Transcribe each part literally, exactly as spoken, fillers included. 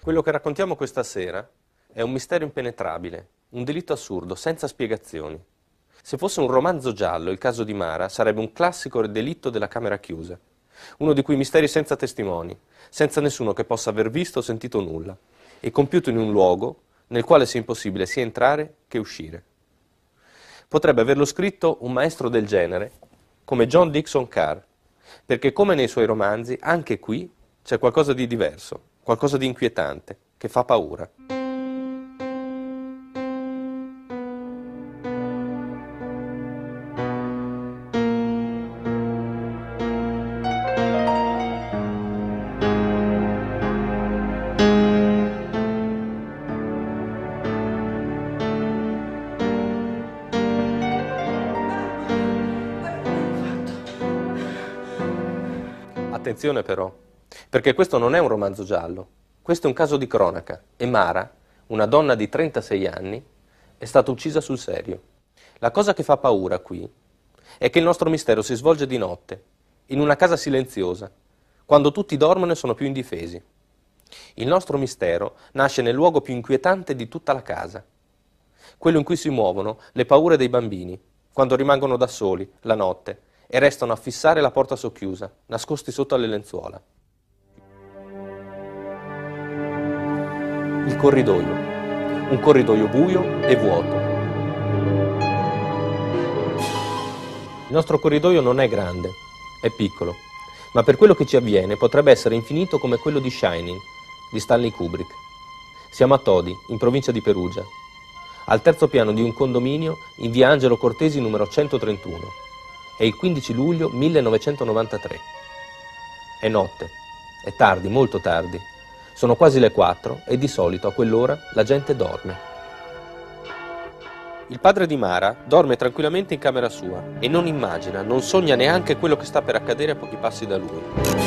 Quello che raccontiamo questa sera è un mistero impenetrabile, un delitto assurdo, senza spiegazioni. Se fosse un romanzo giallo, il caso di Mara sarebbe un classico delitto della camera chiusa, uno di quei misteri senza testimoni, senza nessuno che possa aver visto o sentito nulla, e compiuto in un luogo nel quale sia impossibile sia entrare che uscire. Potrebbe averlo scritto un maestro del genere, come John Dickson Carr, perché come nei suoi romanzi, anche qui c'è qualcosa di diverso, qualcosa di inquietante, che fa paura. Attenzione però, perché questo non è un romanzo giallo, questo è un caso di cronaca e Mara, una donna di trentasei anni, è stata uccisa sul serio. La cosa che fa paura qui è che il nostro mistero si svolge di notte, in una casa silenziosa, quando tutti dormono e sono più indifesi. Il nostro mistero nasce nel luogo più inquietante di tutta la casa, quello in cui si muovono le paure dei bambini, quando rimangono da soli, la notte, e restano a fissare la porta socchiusa, nascosti sotto alle lenzuola. Il corridoio. Un corridoio buio e vuoto. Il nostro corridoio non è grande, è piccolo, ma per quello che ci avviene potrebbe essere infinito come quello di Shining, di Stanley Kubrick. Siamo a Todi, in provincia di Perugia, al terzo piano di un condominio in via Angelo Cortesi numero centotrentuno. È il quindici luglio millenovecentonovantatré. È notte, è tardi, molto tardi. Sono quasi le quattro e di solito a quell'ora la gente dorme. Il padre di Mara dorme tranquillamente in camera sua e non immagina, non sogna neanche quello che sta per accadere a pochi passi da lui.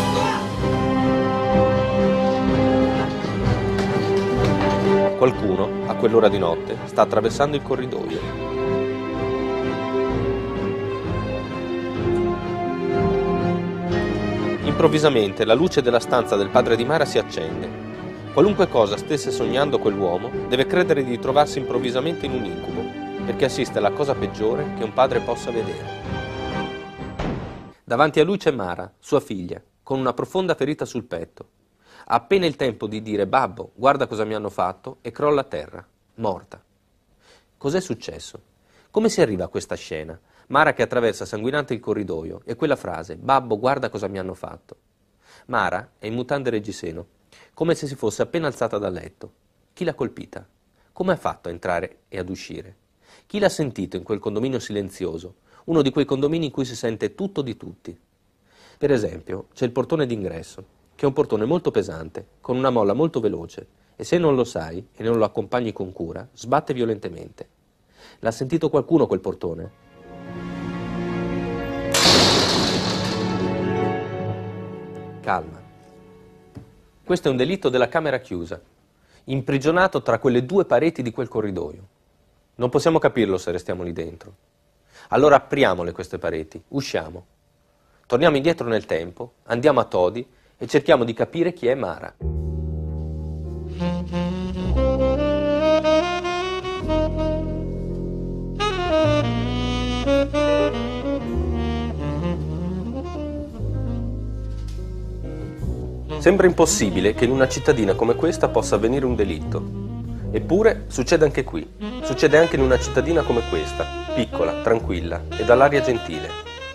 Qualcuno, a quell'ora di notte, sta attraversando il corridoio. Improvvisamente la luce della stanza del padre di Mara si accende. Qualunque cosa stesse sognando quell'uomo, deve credere di trovarsi improvvisamente in un incubo, perché assiste alla cosa peggiore che un padre possa vedere. Davanti a lui c'è Mara, sua figlia, con una profonda ferita sul petto. Ha appena il tempo di dire «Babbo, guarda cosa mi hanno fatto» e crolla a terra, morta. Cos'è successo? Come si arriva a questa scena? Mara che attraversa sanguinante il corridoio e quella frase «Babbo, guarda cosa mi hanno fatto». Mara è in mutande reggiseno, come se si fosse appena alzata dal letto. Chi l'ha colpita? Come ha fatto a entrare e ad uscire? Chi l'ha sentito in quel condominio silenzioso, uno di quei condomini in cui si sente tutto di tutti? Per esempio, c'è il portone d'ingresso, che è un portone molto pesante, con una molla molto veloce, e se non lo sai e non lo accompagni con cura, sbatte violentemente. L'ha sentito qualcuno quel portone? Calma. Questo è un delitto della camera chiusa, imprigionato tra quelle due pareti di quel corridoio. Non possiamo capirlo se restiamo lì dentro. Allora apriamole queste pareti, usciamo. Torniamo indietro nel tempo, andiamo a Todi e cerchiamo di capire chi è Mara. Sembra impossibile che in una cittadina come questa possa avvenire un delitto. Eppure succede anche qui. Succede anche in una cittadina come questa, piccola, tranquilla e dall'aria gentile.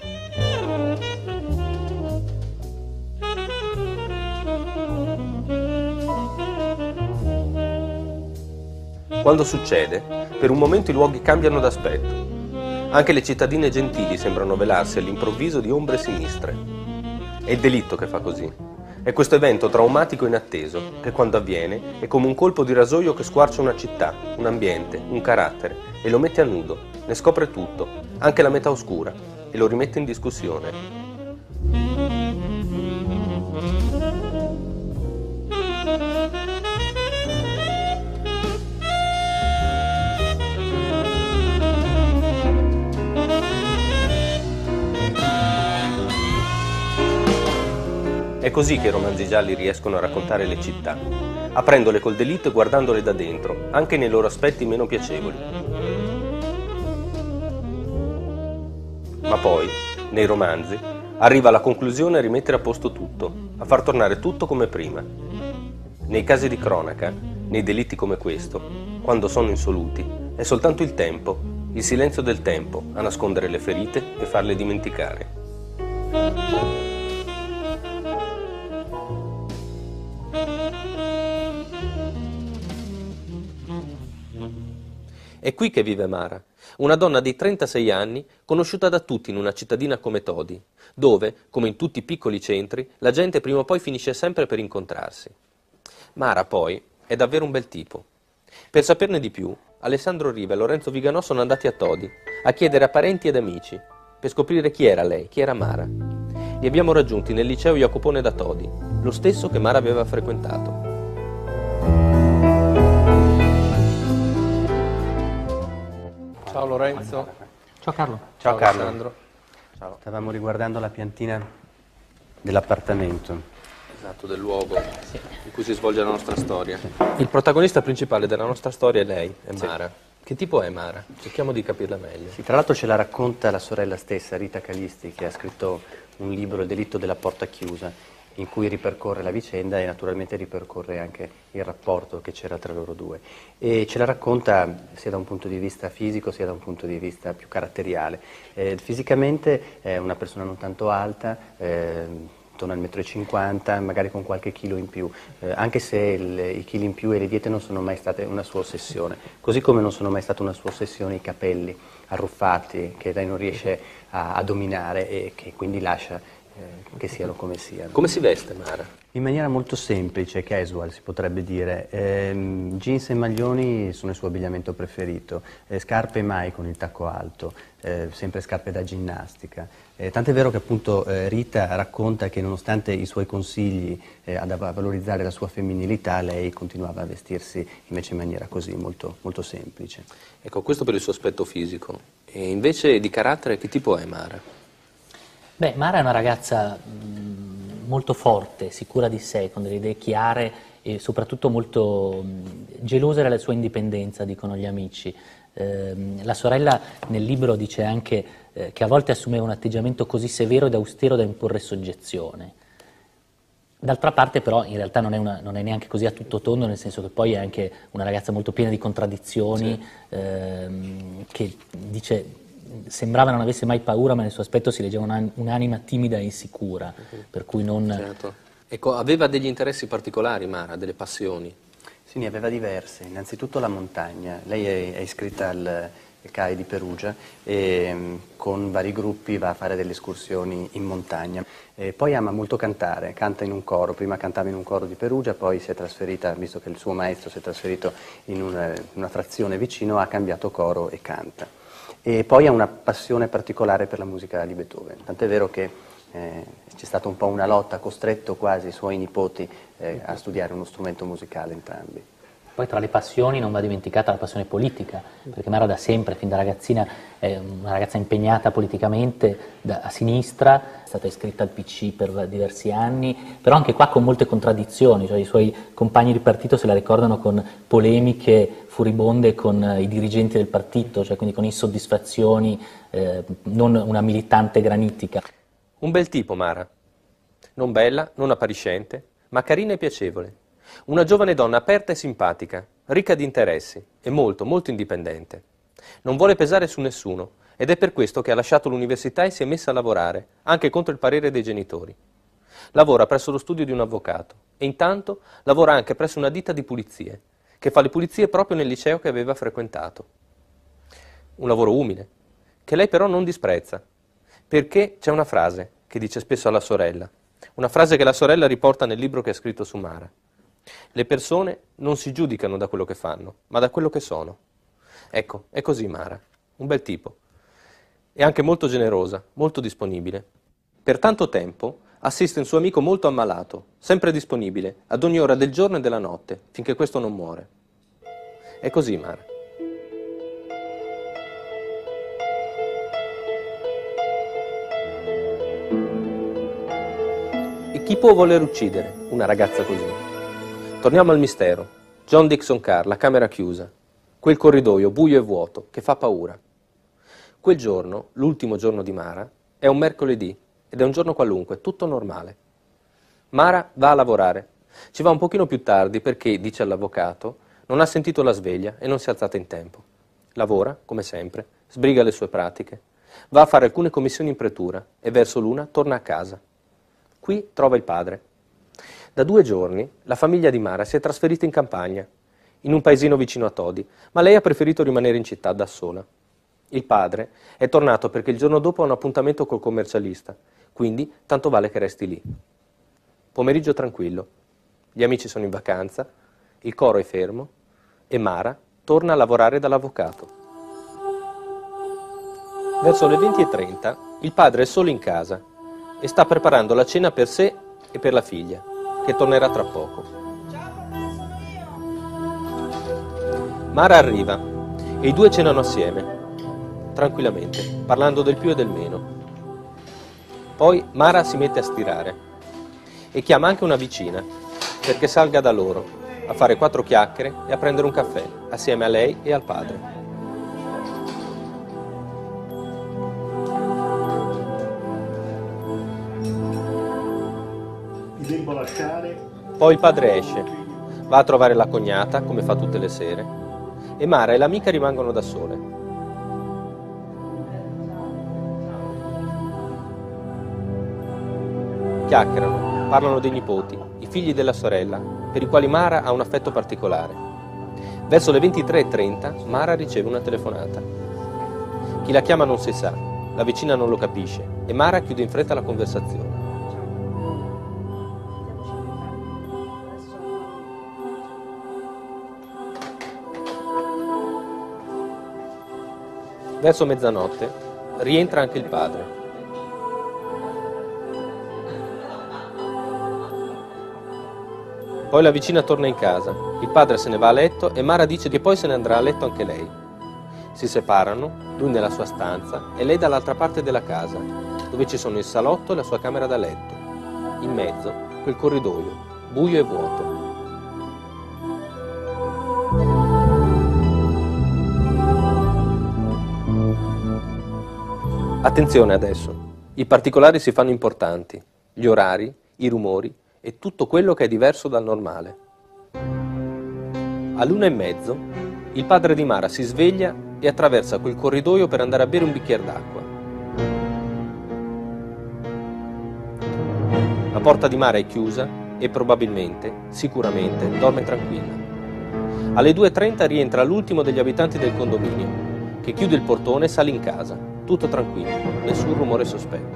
Quando succede, per un momento i luoghi cambiano d'aspetto. Anche le cittadine gentili sembrano velarsi all'improvviso di ombre sinistre. È il delitto che fa così. È questo evento traumatico inatteso, che quando avviene è come un colpo di rasoio che squarcia una città, un ambiente, un carattere, e lo mette a nudo, ne scopre tutto, anche la metà oscura, e lo rimette in discussione. È È così che i romanzi gialli riescono a raccontare le città, aprendole col delitto e guardandole da dentro, anche nei loro aspetti meno piacevoli. Ma poi, nei romanzi, arriva alla conclusione a rimettere a posto tutto, a far tornare tutto come prima. Nei casi di cronaca, nei delitti come questo, quando sono insoluti, è soltanto il tempo, il silenzio del tempo, a nascondere le ferite e farle dimenticare. È qui che vive Mara, una donna di trentasei anni, conosciuta da tutti in una cittadina come Todi, dove, come in tutti i piccoli centri, la gente prima o poi finisce sempre per incontrarsi. Mara, poi, è davvero un bel tipo. Per saperne di più, Alessandro Riva e Lorenzo Viganò sono andati a Todi, a chiedere a parenti ed amici, per scoprire chi era lei, chi era Mara. Li abbiamo raggiunti nel liceo Jacopone da Todi, lo stesso che Mara aveva frequentato. Ciao Lorenzo. Ciao Carlo. Ciao, Ciao Carlo. Alessandro. Ciao. Stavamo riguardando la piantina dell'appartamento. Esatto, del luogo sì. in cui si svolge la nostra storia. Il protagonista principale della nostra storia è lei, è sì. Mara. Che tipo è Mara? Cerchiamo di capirla meglio. Sì, tra l'altro ce la racconta la sorella stessa, Rita Calisti, che ha scritto un libro, Il delitto della porta chiusa, in cui ripercorre la vicenda e naturalmente ripercorre anche il rapporto che c'era tra loro due. E ce la racconta sia da un punto di vista fisico sia da un punto di vista più caratteriale. Eh, fisicamente è una persona non tanto alta, eh, intorno al metro e cinquanta, magari con qualche chilo in più, eh, anche se il, i chili in più e le diete non sono mai state una sua ossessione, così come non sono mai stata una sua ossessione i capelli arruffati che lei non riesce a, a dominare e che quindi lascia eh, che siano come siano. Come si veste Mara? In maniera molto semplice, casual si potrebbe dire. Ehm, jeans e maglioni sono il suo abbigliamento preferito, eh, scarpe mai con il tacco alto, eh, sempre scarpe da ginnastica. Eh, tant'è vero che appunto eh, Rita racconta che nonostante i suoi consigli eh, ad a valorizzare la sua femminilità, lei continuava a vestirsi invece in maniera così molto, molto semplice. Ecco, questo per il suo aspetto fisico. E invece di carattere che tipo è Mara? Beh, Mara è una ragazza mh, molto forte, sicura di sé, con delle idee chiare e soprattutto molto mh, gelosa della sua indipendenza, dicono gli amici. Eh, la sorella nel libro dice anche eh, che a volte assumeva un atteggiamento così severo ed austero da imporre soggezione. D'altra parte però in realtà non è, una, non è neanche così a tutto tondo, nel senso che poi è anche una ragazza molto piena di contraddizioni, sì. ehm, che dice... sembrava non avesse mai paura, ma nel suo aspetto si leggeva un'anima timida e insicura, uh-huh. per cui non... Certo. Ecco, aveva degli interessi particolari Mara, delle passioni? Sì, ne aveva diverse. Innanzitutto la montagna. Lei è, è iscritta al C A I di Perugia e mh, con vari gruppi va a fare delle escursioni in montagna. E poi ama molto cantare, canta in un coro, prima cantava in un coro di Perugia, poi si è trasferita, visto che il suo maestro si è trasferito in una, una frazione vicino, ha cambiato coro e canta. E poi ha una passione particolare per la musica di Beethoven, tant'è vero che eh, c'è stata un po' una lotta, costretto quasi i suoi nipoti eh, a studiare uno strumento musicale entrambi. Poi tra le passioni non va dimenticata la passione politica, perché Mara da sempre, fin da ragazzina, è una ragazza impegnata politicamente da, a sinistra, è stata iscritta al P C per diversi anni, però anche qua con molte contraddizioni, cioè i suoi compagni di partito se la ricordano con polemiche furibonde con i dirigenti del partito, cioè quindi con insoddisfazioni, eh, non una militante granitica. Un bel tipo Mara, non bella, non appariscente, ma carina e piacevole. Una giovane donna aperta e simpatica, ricca di interessi e molto, molto indipendente. Non vuole pesare su nessuno ed è per questo che ha lasciato l'università e si è messa a lavorare, anche contro il parere dei genitori. Lavora presso lo studio di un avvocato e intanto lavora anche presso una ditta di pulizie, che fa le pulizie proprio nel liceo che aveva frequentato. Un lavoro umile, che lei però non disprezza, perché c'è una frase che dice spesso alla sorella, una frase che la sorella riporta nel libro che ha scritto su Mara. Le persone non si giudicano da quello che fanno, ma da quello che sono. Ecco, è così Mara, un bel tipo. È anche molto generosa, molto disponibile. Per tanto tempo assiste un suo amico molto ammalato, sempre disponibile, ad ogni ora del giorno e della notte, finché questo non muore. È così Mara. Chi può voler uccidere una ragazza così? Torniamo al mistero. John Dixon Carr, la camera chiusa. Quel corridoio buio e vuoto che fa paura. Quel giorno, l'ultimo giorno di Mara, è un mercoledì ed è un giorno qualunque, tutto normale. Mara va a lavorare. Ci va un pochino più tardi perché, dice all'avvocato, non ha sentito la sveglia e non si è alzata in tempo. Lavora, come sempre, sbriga le sue pratiche, va a fare alcune commissioni in pretura e verso l'una torna a casa. Qui trova il padre. Da due giorni la famiglia di Mara si è trasferita in campagna, in un paesino vicino a Todi, ma lei ha preferito rimanere in città da sola. Il padre è tornato perché il giorno dopo ha un appuntamento col commercialista, quindi tanto vale che resti lì. Pomeriggio tranquillo, gli amici sono in vacanza, il coro è fermo e Mara torna a lavorare dall'avvocato. Verso le venti e trenta il padre è solo in casa e sta preparando la cena per sé e per la figlia, che tornerà tra poco. Mara arriva e i due cenano assieme, tranquillamente, parlando del più e del meno. Poi Mara si mette a stirare e chiama anche una vicina perché salga da loro a fare quattro chiacchiere e a prendere un caffè assieme a lei e al padre. Ti devo lasciare. Poi il padre esce, va a trovare la cognata come fa tutte le sere e Mara e l'amica rimangono da sole. Chiacchierano, parlano dei nipoti, i figli della sorella, per i quali Mara ha un affetto particolare. Verso le ventitré e trenta Mara riceve una telefonata. Chi la chiama non si sa, la vicina non lo capisce e Mara chiude in fretta la conversazione. Verso mezzanotte rientra anche il padre. Poi la vicina torna in casa, il padre se ne va a letto e Mara dice che poi se ne andrà a letto anche lei. Si separano, lui nella sua stanza e lei dall'altra parte della casa, dove ci sono il salotto e la sua camera da letto. In mezzo, quel corridoio, buio e vuoto. Attenzione adesso, i particolari si fanno importanti, gli orari, i rumori e tutto quello che è diverso dal normale. All'una e mezzo, il padre di Mara si sveglia e attraversa quel corridoio per andare a bere un bicchiere d'acqua. La porta di Mara è chiusa e probabilmente, sicuramente, dorme tranquilla. Alle due e trenta rientra l'ultimo degli abitanti del condominio, che chiude il portone e sale in casa. Tutto tranquillo, nessun rumore sospetto.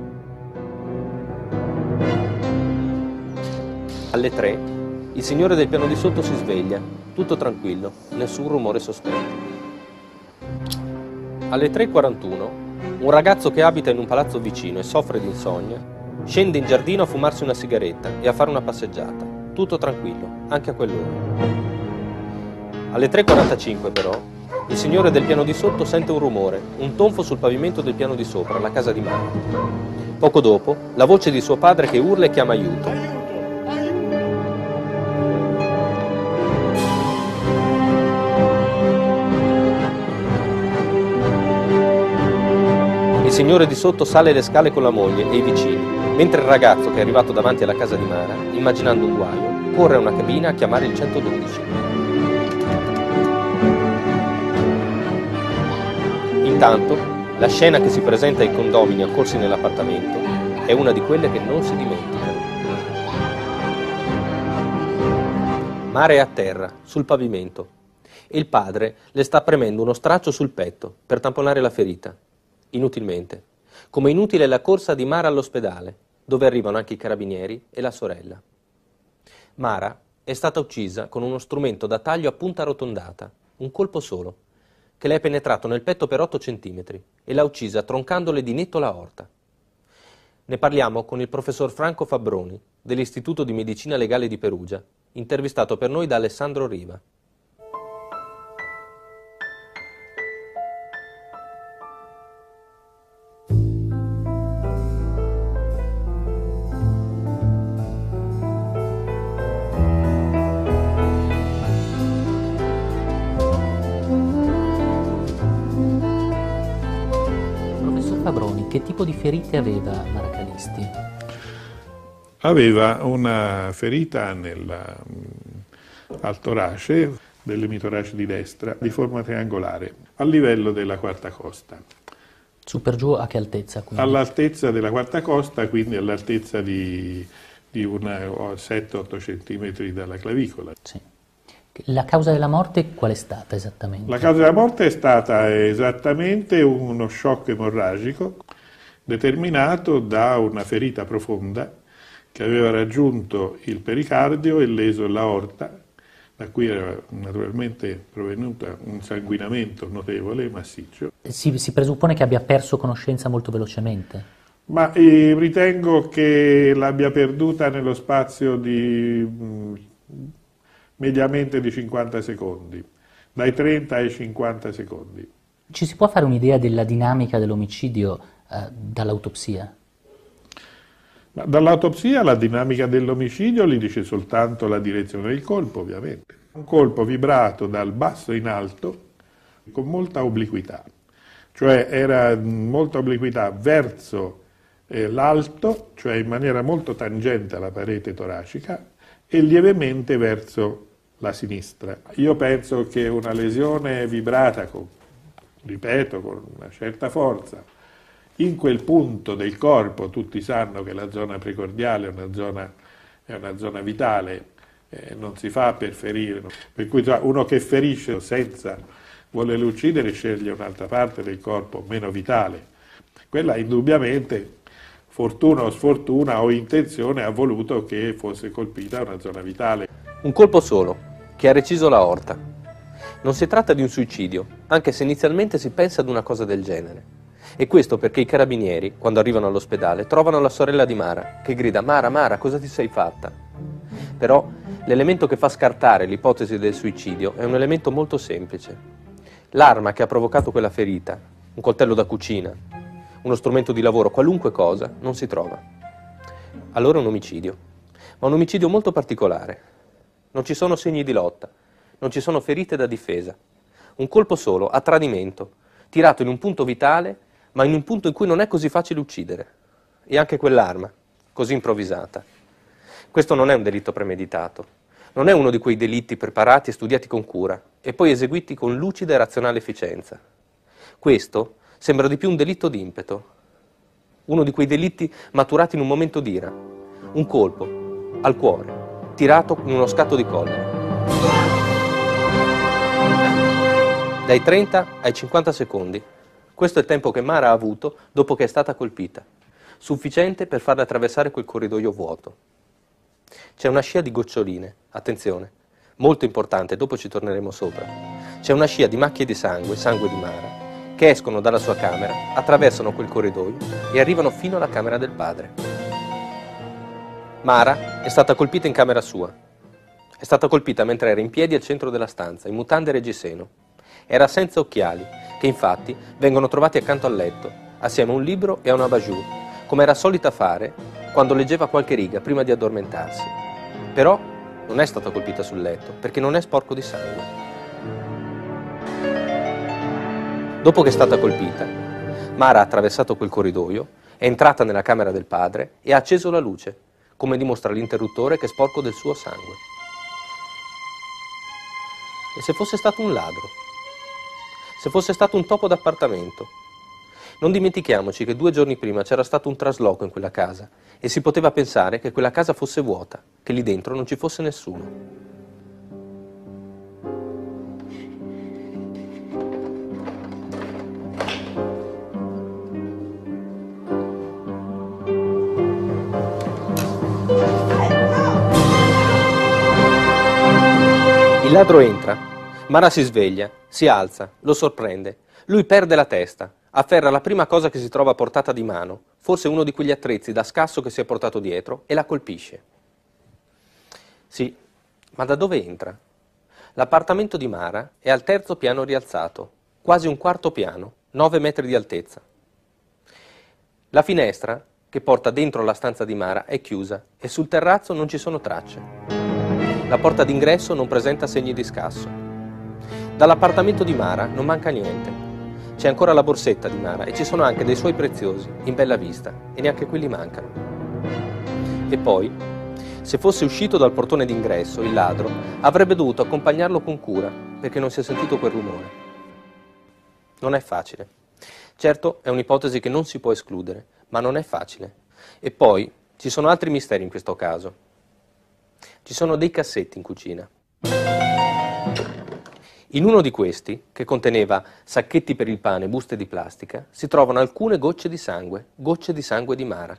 Alle tre, il signore del piano di sotto si sveglia, tutto tranquillo, nessun rumore sospetto. Alle tre e quarantuno, un ragazzo che abita in un palazzo vicino e soffre di insonnia, scende in giardino a fumarsi una sigaretta e a fare una passeggiata, tutto tranquillo, anche a quell'ora. Alle tre e quarantacinque però, il signore del piano di sotto sente un rumore, un tonfo sul pavimento del piano di sopra, la casa di Mara. Poco dopo, la voce di suo padre che urla e chiama aiuto. Il signore di sotto sale le scale con la moglie e i vicini, mentre il ragazzo che è arrivato davanti alla casa di Mara, immaginando un guaio, corre a una cabina a chiamare il centododici. Intanto, la scena che si presenta ai condomini accorsi nell'appartamento è una di quelle che non si dimenticano. Mara è a terra, sul pavimento, e il padre le sta premendo uno straccio sul petto per tamponare la ferita. Inutilmente. Come inutile è la corsa di Mara all'ospedale, dove arrivano anche i carabinieri e la sorella. Mara è stata uccisa con uno strumento da taglio a punta arrotondata, un colpo solo, che le è penetrato nel petto per otto centimetri e l'ha uccisa troncandole di netto l'aorta. Ne parliamo con il professor Franco Fabbroni dell'Istituto di Medicina Legale di Perugia, intervistato per noi da Alessandro Riva. che tipo di ferite aveva Mara Callisti? Aveva una ferita nel, al torace, dell'emitorace di destra, di forma triangolare, a livello della quarta costa. Su per giù a che altezza? Quindi? All'altezza della quarta costa, quindi all'altezza di, di sette otto centimetri dalla clavicola. Sì. La causa della morte qual è stata esattamente? La causa della morte è stata esattamente uno shock emorragico determinato da una ferita profonda che aveva raggiunto il pericardio e leso l'aorta, da cui era naturalmente provenuto un sanguinamento notevole, massiccio. Si, si presuppone che abbia perso conoscenza molto velocemente? Ma eh, ritengo che l'abbia perduta nello spazio di mh, mediamente di cinquanta secondi, dai trenta ai cinquanta secondi. Ci si può fare un'idea della dinamica dell'omicidio eh, dall'autopsia? Dall'autopsia la dinamica dell'omicidio li dice soltanto la direzione del colpo, ovviamente. Un colpo vibrato dal basso in alto con molta obliquità, cioè era molta obliquità verso eh, l'alto, cioè in maniera molto tangente alla parete toracica, e lievemente verso la sinistra. Io penso che una lesione vibrata, con, ripeto, con una certa forza, in quel punto del corpo, tutti sanno che la zona precordiale è una zona, è una zona vitale, eh, non si fa per ferire, per cui uno che ferisce senza volerlo uccidere sceglie un'altra parte del corpo meno vitale. Quella indubbiamente, fortuna o sfortuna o intenzione, ha voluto che fosse colpita una zona vitale. Un colpo solo, che ha reciso l'aorta. Non si tratta di un suicidio, anche se inizialmente si pensa ad una cosa del genere. E questo perché i carabinieri, quando arrivano all'ospedale, trovano la sorella di Mara, che grida «Mara, Mara, cosa ti sei fatta?» Però l'elemento che fa scartare l'ipotesi del suicidio è un elemento molto semplice. L'arma che ha provocato quella ferita, un coltello da cucina, uno strumento di lavoro, qualunque cosa, non si trova. Allora è un omicidio, ma un omicidio molto particolare. Non ci sono segni di lotta, non ci sono ferite da difesa. Un colpo solo, a tradimento, tirato in un punto vitale, ma in un punto in cui non è così facile uccidere. E anche quell'arma, così improvvisata. Questo non è un delitto premeditato, non è uno di quei delitti preparati e studiati con cura, e poi eseguiti con lucida e razionale efficienza. Questo sembra di più un delitto d'impeto, uno di quei delitti maturati in un momento d'ira, un colpo, al cuore, tirato in uno scatto di collera. Dai trenta ai cinquanta secondi. Questo è il tempo che Mara ha avuto dopo che è stata colpita, sufficiente per farle attraversare quel corridoio vuoto. C'è una scia di goccioline, attenzione, molto importante, dopo ci torneremo sopra. C'è una scia di macchie di sangue, sangue di Mara, che escono dalla sua camera, attraversano quel corridoio e arrivano fino alla camera del padre. Mara è stata colpita in camera sua. È stata colpita mentre era in piedi al centro della stanza, in mutande e reggiseno. Era senza occhiali, che infatti vengono trovati accanto al letto, assieme a un libro e a una bajour, come era solita fare quando leggeva qualche riga prima di addormentarsi. Però non è stata colpita sul letto, perché non è sporco di sangue. Dopo che è stata colpita, Mara ha attraversato quel corridoio, è entrata nella camera del padre e ha acceso la luce, come dimostra l'interruttore che è sporco del suo sangue. E se fosse stato un ladro? Se fosse stato un topo d'appartamento? Non dimentichiamoci che due giorni prima c'era stato un trasloco in quella casa e si poteva pensare che quella casa fosse vuota, che lì dentro non ci fosse nessuno. Il ladro entra. Mara si sveglia, si alza, lo sorprende. Lui perde la testa, afferra la prima cosa che si trova a portata di mano, forse uno di quegli attrezzi da scasso che si è portato dietro, e la colpisce. Sì, ma da dove entra? L'appartamento di Mara è al terzo piano rialzato, quasi un quarto piano, nove metri di altezza. La finestra, che porta dentro la stanza di Mara, è chiusa e sul terrazzo non ci sono tracce. La porta d'ingresso non presenta segni di scasso. Dall'appartamento di Mara non manca niente. C'è ancora la borsetta di Mara e ci sono anche dei suoi preziosi in bella vista e neanche quelli mancano. E poi, se fosse uscito dal portone d'ingresso, il ladro avrebbe dovuto accompagnarlo con cura perché non si è sentito quel rumore. Non è facile. Certo, è un'ipotesi che non si può escludere, ma non è facile. E poi ci sono altri misteri in questo caso. Ci sono dei cassetti in cucina. In uno di questi, che conteneva sacchetti per il pane e buste di plastica, si trovano alcune gocce di sangue, gocce di sangue di Mara.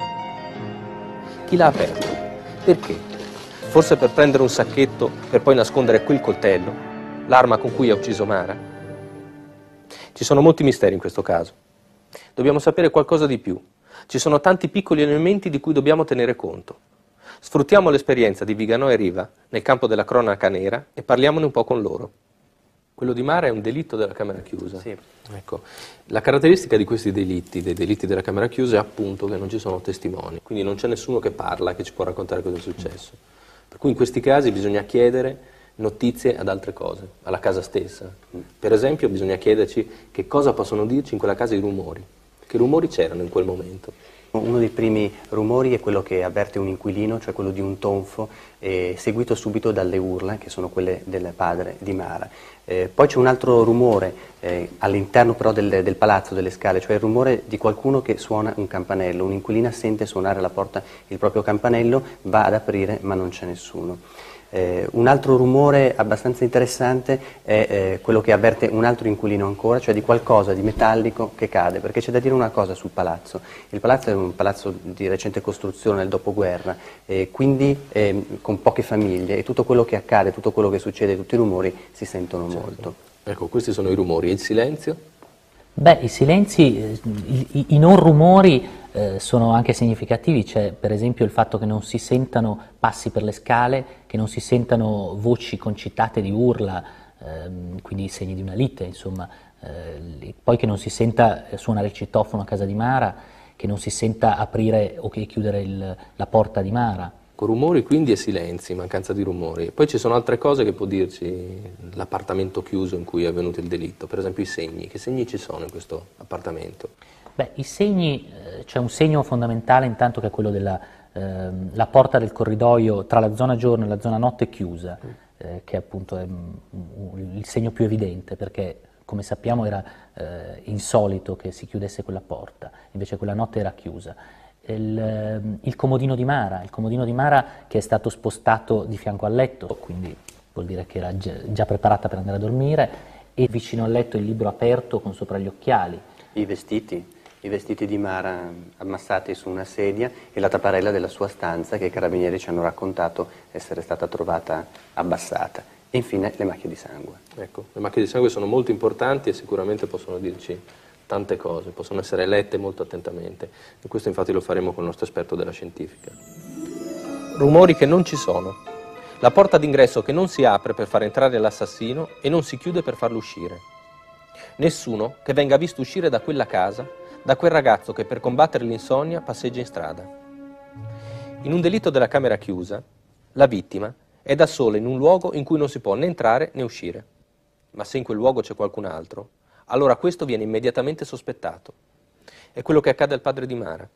Chi l'ha aperto? Perché? Forse per prendere un sacchetto per poi nascondere quel coltello, l'arma con cui ha ucciso Mara? Ci sono molti misteri in questo caso. Dobbiamo sapere qualcosa di più. Ci sono tanti piccoli elementi di cui dobbiamo tenere conto. Sfruttiamo l'esperienza di Viganò e Riva nel campo della cronaca nera e parliamone un po' con loro. Quello di Mara è un delitto della camera chiusa. Sì. Ecco, la caratteristica di questi delitti, dei delitti della camera chiusa, è appunto che non ci sono testimoni, quindi non c'è nessuno che parla, che ci può raccontare cosa è successo. Per cui in questi casi bisogna chiedere notizie ad altre cose, alla casa stessa. Per esempio bisogna chiederci che cosa possono dirci in quella casa i rumori, che rumori c'erano in quel momento. Uno dei primi rumori è quello che avverte un inquilino, cioè quello di un tonfo, eh, seguito subito dalle urla, che sono quelle del padre di Mara. Eh, poi c'è un altro rumore eh, all'interno però del, del palazzo, delle scale, cioè il rumore di qualcuno che suona un campanello. Un'inquilina sente suonare alla porta il proprio campanello, va ad aprire ma non c'è nessuno. Eh, un altro rumore abbastanza interessante è eh, quello che avverte un altro inquilino ancora, cioè di qualcosa di metallico che cade, perché c'è da dire una cosa sul palazzo. Il palazzo è un palazzo di recente costruzione nel dopoguerra, eh, quindi eh, con poche famiglie, e tutto quello che accade, tutto quello che succede, tutti i rumori si sentono Certo. molto. Ecco, questi sono i rumori. E il silenzio? Beh, i silenzi, eh, i, i- i non rumori eh, sono anche significativi. C'è per esempio il fatto che non si sentano passi per le scale, che non si sentano voci concitate di urla, ehm, quindi i segni di una lite, insomma, eh, poi che non si senta suonare il citofono a casa di Mara, che non si senta aprire o che chiudere il- la porta di Mara. Con rumori quindi e silenzi, mancanza di rumori. Poi ci sono altre cose che può dirci l'appartamento chiuso in cui è avvenuto il delitto, per esempio i segni. Che segni ci sono in questo appartamento? Beh, i segni, eh, c'è un segno fondamentale intanto che è quello della ehm, la porta del corridoio tra la zona giorno e la zona notte chiusa, eh, che appunto è mm, il segno più evidente, perché come sappiamo era eh, insolito che si chiudesse quella porta, invece quella notte era chiusa. Il, ehm, il comodino di Mara, il comodino di Mara che è stato spostato di fianco al letto, quindi vuol dire che era già, già preparata per andare a dormire, e vicino al letto il libro aperto con sopra gli occhiali. I vestiti, i vestiti di Mara ammassati su una sedia e la tapparella della sua stanza che i carabinieri ci hanno raccontato essere stata trovata abbassata. E infine le macchie di sangue. Ecco, le macchie di sangue sono molto importanti e sicuramente possono dirci tante cose, possono essere lette molto attentamente. E questo infatti lo faremo con il nostro esperto della scientifica. Rumori che non ci sono. La porta d'ingresso che non si apre per far entrare l'assassino e non si chiude per farlo uscire. Nessuno che venga visto uscire da quella casa, da quel ragazzo che per combattere l'insonnia passeggia in strada. In un delitto della camera chiusa, la vittima è da sola in un luogo in cui non si può né entrare né uscire. Ma se in quel luogo c'è qualcun altro, allora questo viene immediatamente sospettato. È quello che accade al padre di Mara.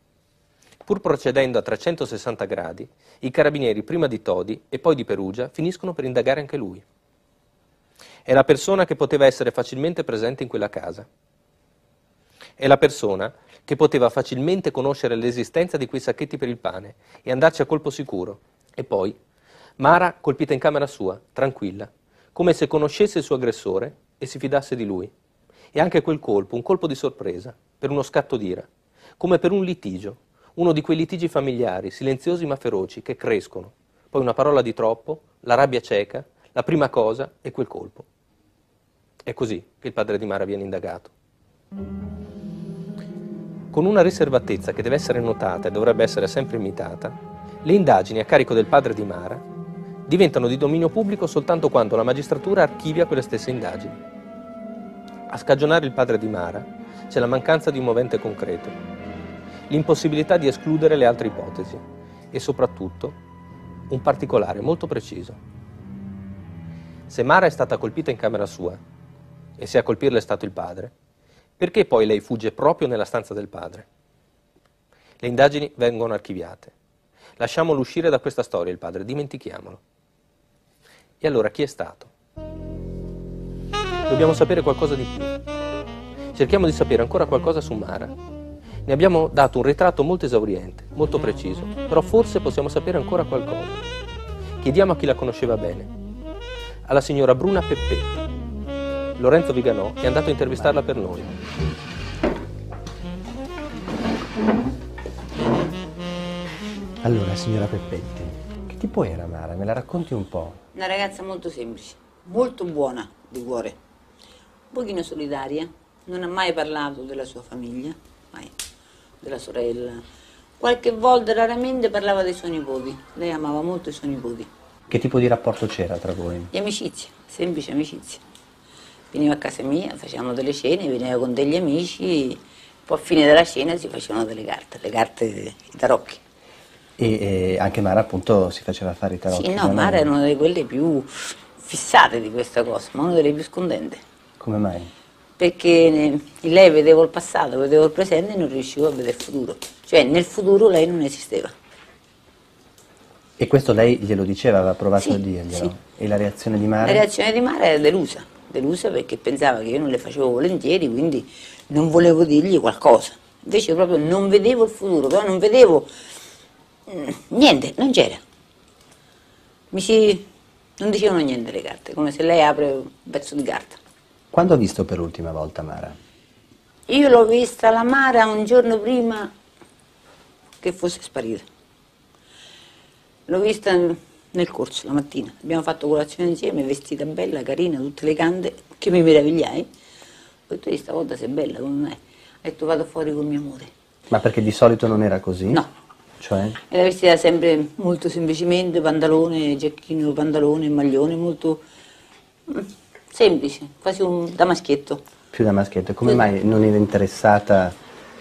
Pur procedendo a trecentosessanta gradi, i carabinieri prima di Todi e poi di Perugia finiscono per indagare anche lui. È la persona che poteva essere facilmente presente in quella casa. È la persona che poteva facilmente conoscere l'esistenza di quei sacchetti per il pane e andarci a colpo sicuro. E poi Mara colpita in camera sua, tranquilla, come se conoscesse il suo aggressore e si fidasse di lui. E anche quel colpo, un colpo di sorpresa, per uno scatto d'ira, come per un litigio, uno di quei litigi familiari, silenziosi ma feroci, che crescono. Poi una parola di troppo, la rabbia cieca, la prima cosa e quel colpo. È così che il padre di Mara viene indagato. Con una riservatezza che deve essere notata e dovrebbe essere sempre imitata, le indagini a carico del padre di Mara diventano di dominio pubblico soltanto quando la magistratura archivia quelle stesse indagini. A scagionare il padre di Mara c'è la mancanza di un movente concreto, l'impossibilità di escludere le altre ipotesi e soprattutto un particolare molto preciso. Se Mara è stata colpita in camera sua, e se a colpirla è stato il padre, Perché poi lei fugge proprio nella stanza del padre? Le indagini vengono archiviate. Lasciamolo uscire da questa storia il padre, dimentichiamolo. E allora chi è stato? Dobbiamo sapere qualcosa di più. Cerchiamo di sapere ancora qualcosa su Mara. Ne abbiamo dato un ritratto molto esauriente, molto preciso, però forse possiamo sapere ancora qualcosa. Chiediamo a chi la conosceva bene. Alla signora Bruna Peppetti. Lorenzo Viganò è andato a intervistarla per noi. Allora, signora Peppetti, che tipo era Mara? Me la racconti un po'? Una ragazza molto semplice, molto buona di cuore, un pochino solitaria, non ha mai parlato della sua famiglia, mai, della sorella. Qualche volta, raramente, parlava dei suoi nipoti. Lei amava molto i suoi nipoti. Che tipo di rapporto c'era tra voi? Di amicizia, semplice amicizia. Veniva a casa mia, facevamo delle cene, veniva con degli amici, poi a fine della cena si facevano delle carte, le carte, i tarocchi. E, e anche Mara appunto si faceva fare i tarocchi? Sì, no, Mara era una delle quelle più fissate di questa cosa, ma una delle più scondente. Come mai? Perché ne, lei vedeva il passato, vedeva il presente e non riusciva a vedere il futuro. Cioè nel futuro lei non esisteva. E questo lei glielo diceva, aveva provato Sì, a dirglielo? sì. E la reazione di Mara? La reazione di Mara era delusa, delusa perché pensava che io non le facevo volentieri, quindi non volevo dirgli qualcosa. Invece proprio non vedevo il futuro, però non vedevo niente, non c'era. Mi si... non dicevano niente le carte, come se lei apre un pezzo di carta. Quando ha visto per l'ultima volta Mara? Io l'ho vista la Mara un giorno prima che fosse sparita. L'ho vista nel corso, la mattina. Abbiamo fatto colazione insieme, vestita bella, carina, tutte le cande, che mi meravigliai. Ho detto, stavolta sei bella, come me. Ha detto, vado fuori con mio amore. Ma perché di solito non era così? No. Cioè? Era vestita sempre molto semplicemente, pantalone, giacchino, pantalone, maglione, molto semplice, quasi un da maschietto. Più da maschietto. Come Sì. mai non era interessata?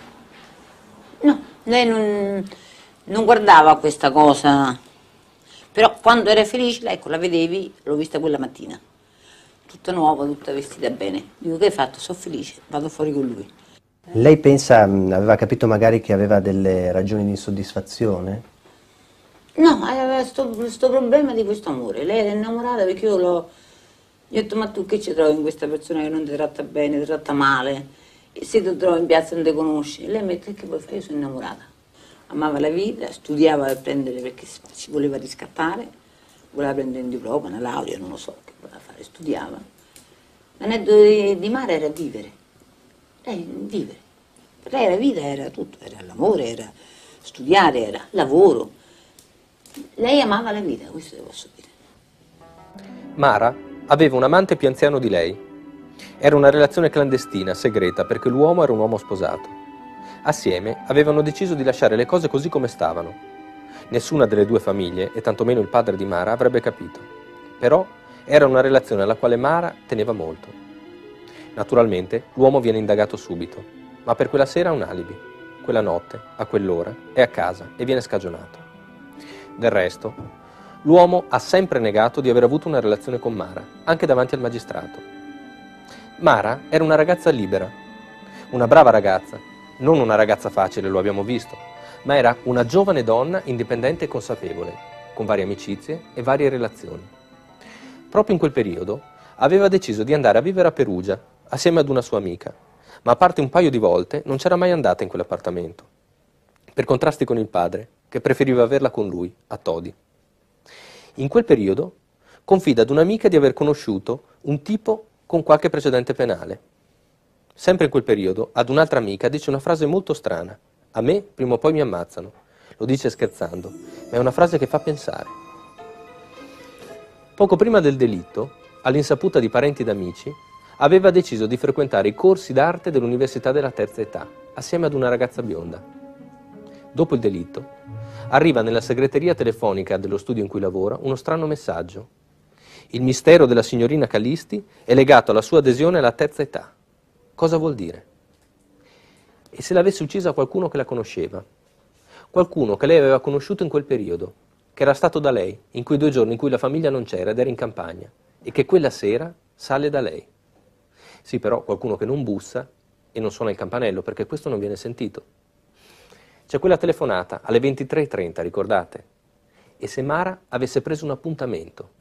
No, lei non, non guardava questa cosa, però quando era felice, ecco, la vedevi, l'ho vista quella mattina, tutta nuova, tutta vestita bene. Dico, che hai fatto? Sono felice, vado fuori con lui. Lei pensa, aveva capito magari che aveva delle ragioni di insoddisfazione? No, aveva questo problema di questo amore. Lei era innamorata perché io l'ho... Gli ho detto, ma tu che ci trovi in questa persona che non ti tratta bene, ti tratta male? E se ti trovi in piazza non ti conosci? E lei mi ha detto, che vuoi fare? Io sono innamorata. Amava la vita, studiava per prendere perché ci voleva riscattare, voleva prendere un diploma, una laurea, non lo so che voleva fare, studiava. L'aneddoto di, di Mara era vivere. Lei vivere. Per lei la vita era tutto, era l'amore, era studiare, era lavoro. Lei amava la vita, questo te posso dire. Mara aveva un amante più anziano di lei. Era una relazione clandestina, segreta, perché l'uomo era un uomo sposato. Assieme avevano deciso di lasciare le cose così come stavano. Nessuna delle due famiglie, e tantomeno il padre di Mara, avrebbe capito. Però era una relazione alla quale Mara teneva molto. Naturalmente l'uomo viene indagato subito, ma per quella sera ha un alibi. Quella notte, a quell'ora, è a casa e viene scagionato. Del resto, l'uomo ha sempre negato di aver avuto una relazione con Mara, anche davanti al magistrato. Mara era una ragazza libera, una brava ragazza, non una ragazza facile, lo abbiamo visto, ma era una giovane donna indipendente e consapevole, con varie amicizie e varie relazioni. Proprio in quel periodo aveva deciso di andare a vivere a Perugia, assieme ad una sua amica, ma a parte un paio di volte non c'era mai andata in quell'appartamento, per contrasti con il padre, che preferiva averla con lui, a Todi. In quel periodo confida ad un'amica di aver conosciuto un tipo con qualche precedente penale. Sempre in quel periodo, ad un'altra amica dice una frase molto strana. A me prima o poi mi ammazzano. Lo dice scherzando, ma è una frase che fa pensare. Poco prima del delitto, all'insaputa di parenti ed amici, aveva deciso di frequentare i corsi d'arte dell'Università della Terza Età, assieme ad una ragazza bionda. Dopo il delitto, arriva nella segreteria telefonica dello studio in cui lavora uno strano messaggio. Il mistero della signorina Callisti è legato alla sua adesione alla terza età. Cosa vuol dire? E se l'avesse uccisa qualcuno che la conosceva? Qualcuno che lei aveva conosciuto in quel periodo, che era stato da lei, in quei due giorni in cui la famiglia non c'era ed era in campagna, e che quella sera sale da lei. Sì, però qualcuno che non bussa e non suona il campanello, perché questo non viene sentito. C'è quella telefonata alle ventitré e trenta, ricordate? E se Mara avesse preso un appuntamento?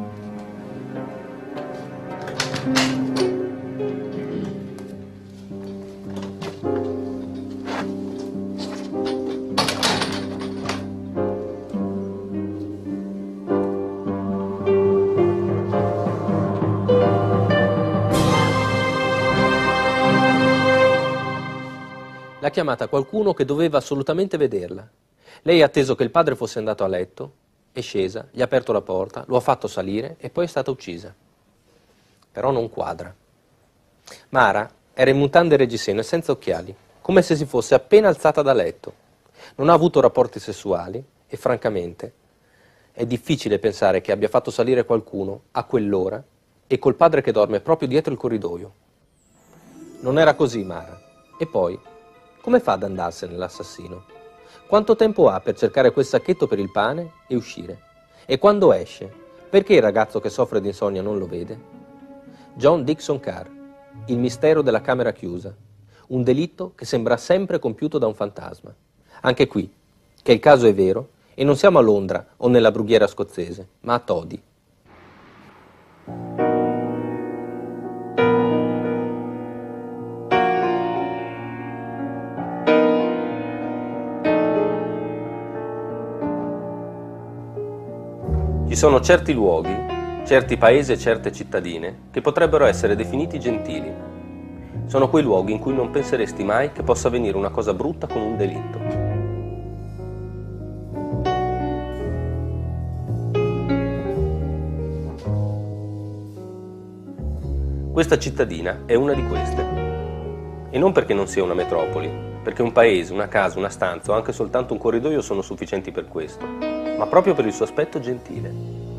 L'ha chiamata qualcuno che doveva assolutamente vederla. Lei ha atteso che il padre fosse andato a letto, è scesa, gli ha aperto la porta, lo ha fatto salire e poi è stata uccisa. Però non quadra. Mara era in mutande e reggiseno e senza occhiali, come se si fosse appena alzata da letto. Non ha avuto rapporti sessuali e francamente è difficile pensare che abbia fatto salire qualcuno a quell'ora e col padre che dorme proprio dietro il corridoio. Non era così Mara. E poi, come fa ad andarsene l'assassino? Quanto tempo ha per cercare quel sacchetto per il pane e uscire? E quando esce, perché il ragazzo che soffre di insonnia non lo vede? John Dickson Carr, il mistero della camera chiusa, un delitto che sembra sempre compiuto da un fantasma. Anche qui, che il caso è vero, e non siamo a Londra o nella brughiera scozzese, ma a Todi. Ci sono certi luoghi, certi paesi e certe cittadine che potrebbero essere definiti gentili. Sono quei luoghi in cui non penseresti mai che possa avvenire una cosa brutta con un delitto. Questa cittadina è una di queste. E non perché non sia una metropoli, perché un paese, una casa, una stanza o anche soltanto un corridoio sono sufficienti per questo, ma proprio per il suo aspetto gentile.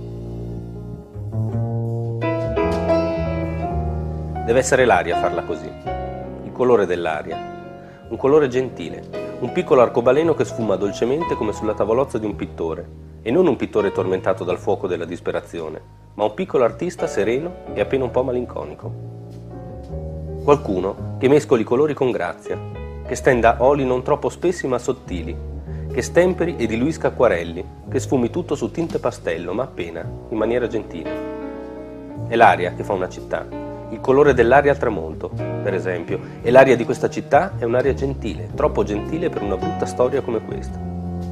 Deve essere l'aria a farla così, il colore dell'aria, un colore gentile, un piccolo arcobaleno che sfuma dolcemente come sulla tavolozza di un pittore, e non un pittore tormentato dal fuoco della disperazione, ma un piccolo artista sereno e appena un po' malinconico. Qualcuno che mescoli i colori con grazia, che stenda oli non troppo spessi ma sottili, che stemperi e diluisca acquarelli, che sfumi tutto su tinte pastello, ma appena, in maniera gentile. È l'aria che fa una città. Il colore dell'aria al tramonto, per esempio, e l'aria di questa città è un'aria gentile, troppo gentile per una brutta storia come questa.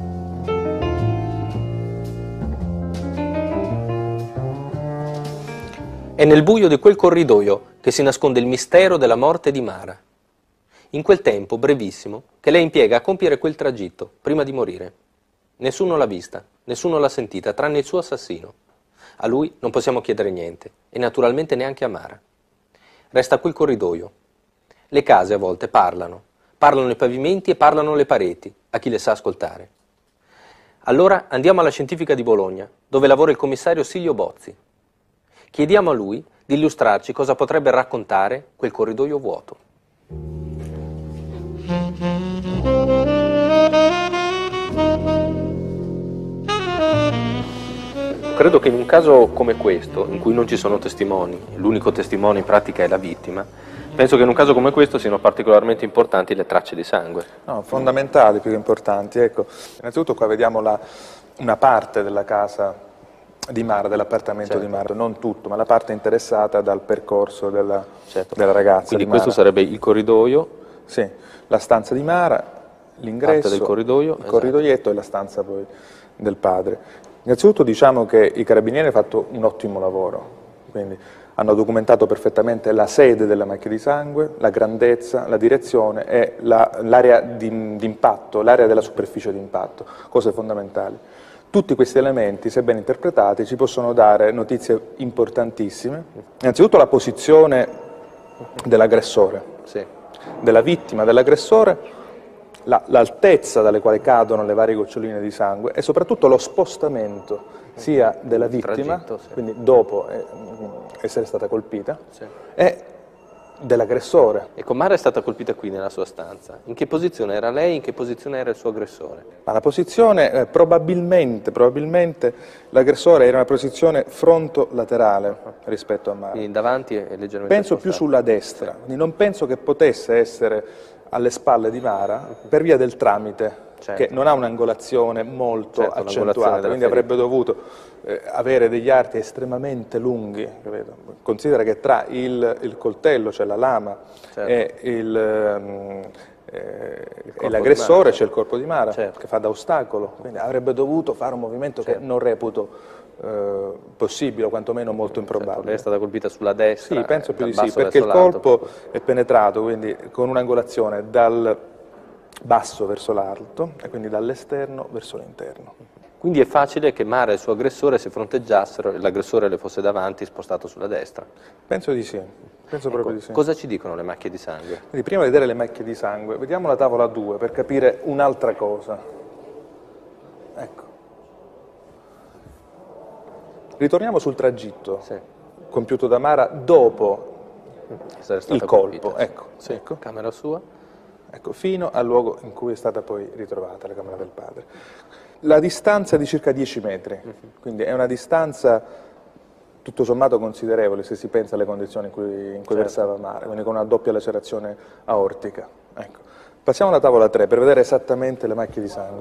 È nel buio di quel corridoio che si nasconde il mistero della morte di Mara. In quel tempo, brevissimo, che lei impiega a compiere quel tragitto, prima di morire. Nessuno l'ha vista, nessuno l'ha sentita, tranne il suo assassino. A lui non possiamo chiedere niente, e naturalmente neanche a Mara. Resta quel corridoio. Le case a volte parlano, parlano i pavimenti e parlano le pareti, a chi le sa ascoltare. Allora andiamo alla Scientifica di Bologna, dove lavora il commissario Silvio Bozzi. Chiediamo a lui di illustrarci cosa potrebbe raccontare quel corridoio vuoto. Credo che in un caso come questo, in cui non ci sono testimoni, l'unico testimone in pratica è la vittima, penso che in un caso come questo siano particolarmente importanti le tracce di sangue. No, fondamentali, più che importanti. Ecco, innanzitutto qua vediamo la, una parte della casa di Mara, dell'appartamento certo. di Mara, non tutto, ma la parte interessata dal percorso della, certo. della ragazza. Quindi di questo Mara. sarebbe il corridoio? Sì, la stanza di Mara, l'ingresso, del corridoio, il esatto. corridoietto e la stanza poi del padre. Innanzitutto diciamo che i carabinieri hanno fatto un ottimo lavoro, quindi hanno documentato perfettamente la sede della macchia di sangue, la grandezza, la direzione e l'area di, di impatto, l'area della superficie di impatto, cose fondamentali. Tutti questi elementi, se ben interpretati, ci possono dare notizie importantissime. Innanzitutto la posizione dell'aggressore, sì. della vittima, dell'aggressore, l'altezza dalle quali cadono le varie goccioline di sangue e soprattutto lo spostamento sia della vittima, tragitto, sì. quindi dopo eh, essere stata colpita, sì. e dell'aggressore. Ecco, Mara è stata colpita qui nella sua stanza. In che posizione era lei, in che posizione era il suo aggressore? Ma la posizione, eh, probabilmente, probabilmente l'aggressore era in una posizione fronto-laterale rispetto a Mara. Quindi davanti e leggermente Penso più spostato. sulla destra, quindi non penso che potesse essere alle spalle di Mara per via del tramite, Certo. che non ha un'angolazione molto Certo, l'angolazione accentuata, della quindi avrebbe dovuto eh, avere degli arti estremamente lunghi. Capito? Considera che tra il, il coltello, cioè la lama, Certo. e il, ehm, eh, corpo e l'aggressore di Mara, c'è il corpo di Mara, certo. che fa da ostacolo, quindi avrebbe dovuto fare un movimento Certo. che non reputo eh, possibile, o quantomeno molto improbabile. Certo, lei è stata colpita sulla destra. Sì, penso più dal di sì, basso perché il verso l'alto. colpo è penetrato, quindi con un'angolazione dal basso verso l'alto e quindi dall'esterno verso l'interno. Quindi è facile che Mara e il suo aggressore si fronteggiassero e l'aggressore le fosse davanti, spostato sulla destra. Penso di sì, penso proprio di sì. Cosa ci dicono le macchie di sangue? Quindi prima di vedere le macchie di sangue, vediamo la tavola due per capire un'altra cosa. Ecco. Ritorniamo sul tragitto Sì. compiuto da Mara dopo Essere stata il colpo. colpita, sì. Ecco, Sì. ecco. Camera sua. Ecco, fino al luogo in cui è stata poi ritrovata la camera del padre. La distanza è di circa dieci metri, quindi è una distanza tutto sommato considerevole se si pensa alle condizioni in cui, in cui Certo. versava Mara, quindi con una doppia lacerazione aortica. Ecco. Passiamo alla tavola tre per vedere esattamente le macchie di sangue.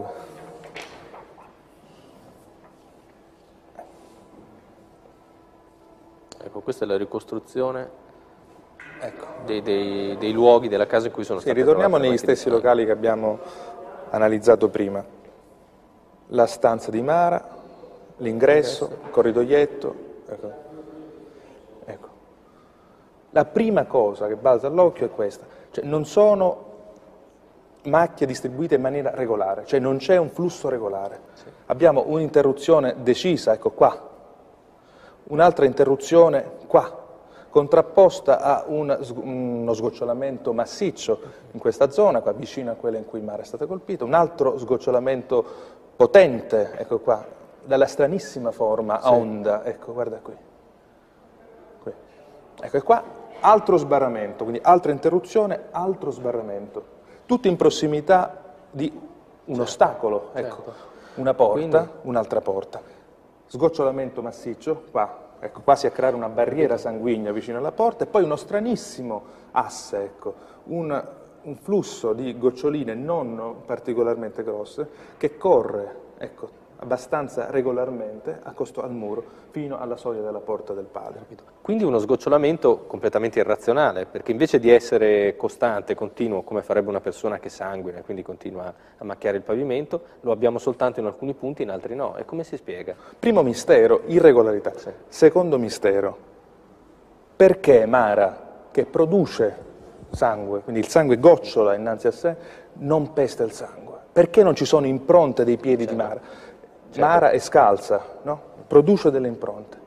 Ecco, questa è la ricostruzione Ecco. dei, dei- dei luoghi della casa in cui sono Sì, state ritorniamo trovate le negli macchie di stessi sangue. locali che abbiamo analizzato prima. La stanza di Mara, l'ingresso, il corridoietto. Ecco. Ecco. La prima cosa che balza all'occhio è questa, cioè non sono macchie distribuite in maniera regolare, cioè non c'è un flusso regolare. Abbiamo un'interruzione decisa, ecco qua, un'altra interruzione qua, contrapposta a un, uno sgocciolamento massiccio in questa zona, qua vicino a quella in cui Mara è stata colpita, un altro sgocciolamento potente, ecco qua, dalla stranissima forma a onda, ecco, guarda qui. qui. Ecco, e qua altro sbarramento, quindi altra interruzione, altro sbarramento, tutti in prossimità di un certo. ostacolo, ecco, Certo. una porta, Quindi... un'altra porta, sgocciolamento massiccio, qua. Ecco, quasi a creare una barriera sanguigna vicino alla porta e poi uno stranissimo asse, ecco, un, un flusso di goccioline non particolarmente grosse che corre, ecco, abbastanza regolarmente accosto al muro fino alla soglia della porta del padre. Quindi uno sgocciolamento completamente irrazionale, perché invece di essere costante, continuo, come farebbe una persona che sanguina e quindi continua a macchiare il pavimento, lo abbiamo soltanto in alcuni punti, in altri no. E come si spiega? Primo mistero, irregolarità. Sì. Secondo mistero, perché Mara, che produce sangue, quindi il sangue gocciola innanzi a sé, non pesta il sangue? Perché non ci sono impronte dei piedi Certo. di Mara? Certo. Mara è scalza, no? Produce delle impronte.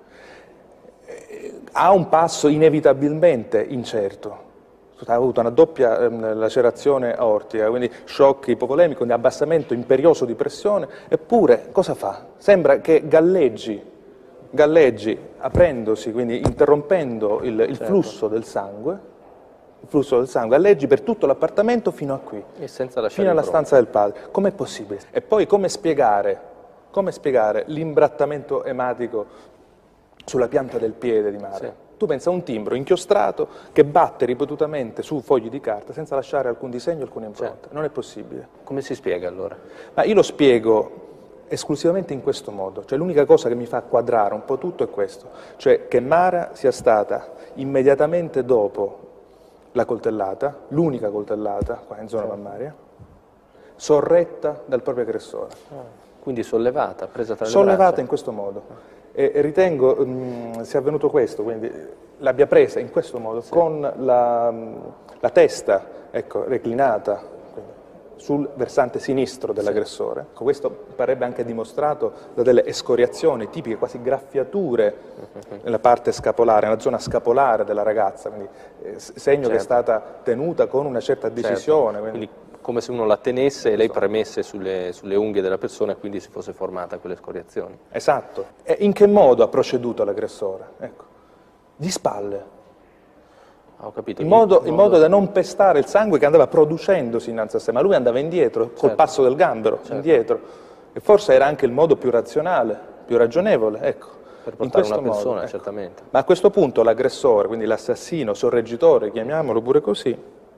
Ha un passo inevitabilmente incerto. Ha avuto una doppia ehm, lacerazione aortica, quindi shock ipovolemico, quindi abbassamento imperioso di pressione, eppure cosa fa? Sembra che galleggi, galleggi aprendosi, quindi interrompendo il, il Certo. flusso del sangue, il flusso del sangue, alleggi per tutto l'appartamento fino a qui, E senza lasciare fino alla impronte. stanza del padre. Com'è possibile? E poi come spiegare, come spiegare l'imbrattamento ematico sulla pianta del piede di Mara? Sì. Tu pensa a un timbro inchiostrato che batte ripetutamente su fogli di carta senza lasciare alcun disegno, alcuna impronta. Certo. Non è possibile. Come si spiega allora? Ma io lo spiego esclusivamente in questo modo, cioè l'unica cosa che mi fa quadrare un po' tutto è questo, cioè che Mara sia stata immediatamente dopo la coltellata, l'unica coltellata qua in zona mammaria, sorretta dal proprio aggressore. Quindi sollevata, presa tra le Sollevata braccia. in questo modo. E e ritengo mh, sia avvenuto questo, quindi l'abbia presa in questo modo, sì, con la, la testa, ecco, reclinata quindi, sul versante sinistro dell'aggressore. Sì. Questo parebbe anche dimostrato da delle escoriazioni tipiche, quasi graffiature nella parte scapolare, nella zona scapolare della ragazza, quindi eh, segno, certo, che è stata tenuta con una certa decisione. Certo. Quindi, quindi come se uno la tenesse e lei premesse sulle, sulle unghie della persona e quindi si fosse formata quelle scoriazioni. Esatto. E in che modo ha proceduto l'aggressore? Ecco, di spalle. Ho capito. In modo, in modo da non pestare il sangue che andava producendosi innanzi a sé, ma lui andava indietro, col Certo. passo del gambero, Certo. indietro. E forse era anche il modo più razionale, più ragionevole, ecco. Per in portare questo una persona, modo, ecco. certamente. Ma a questo punto l'aggressore, quindi l'assassino, sorreggitore, chiamiamolo pure così,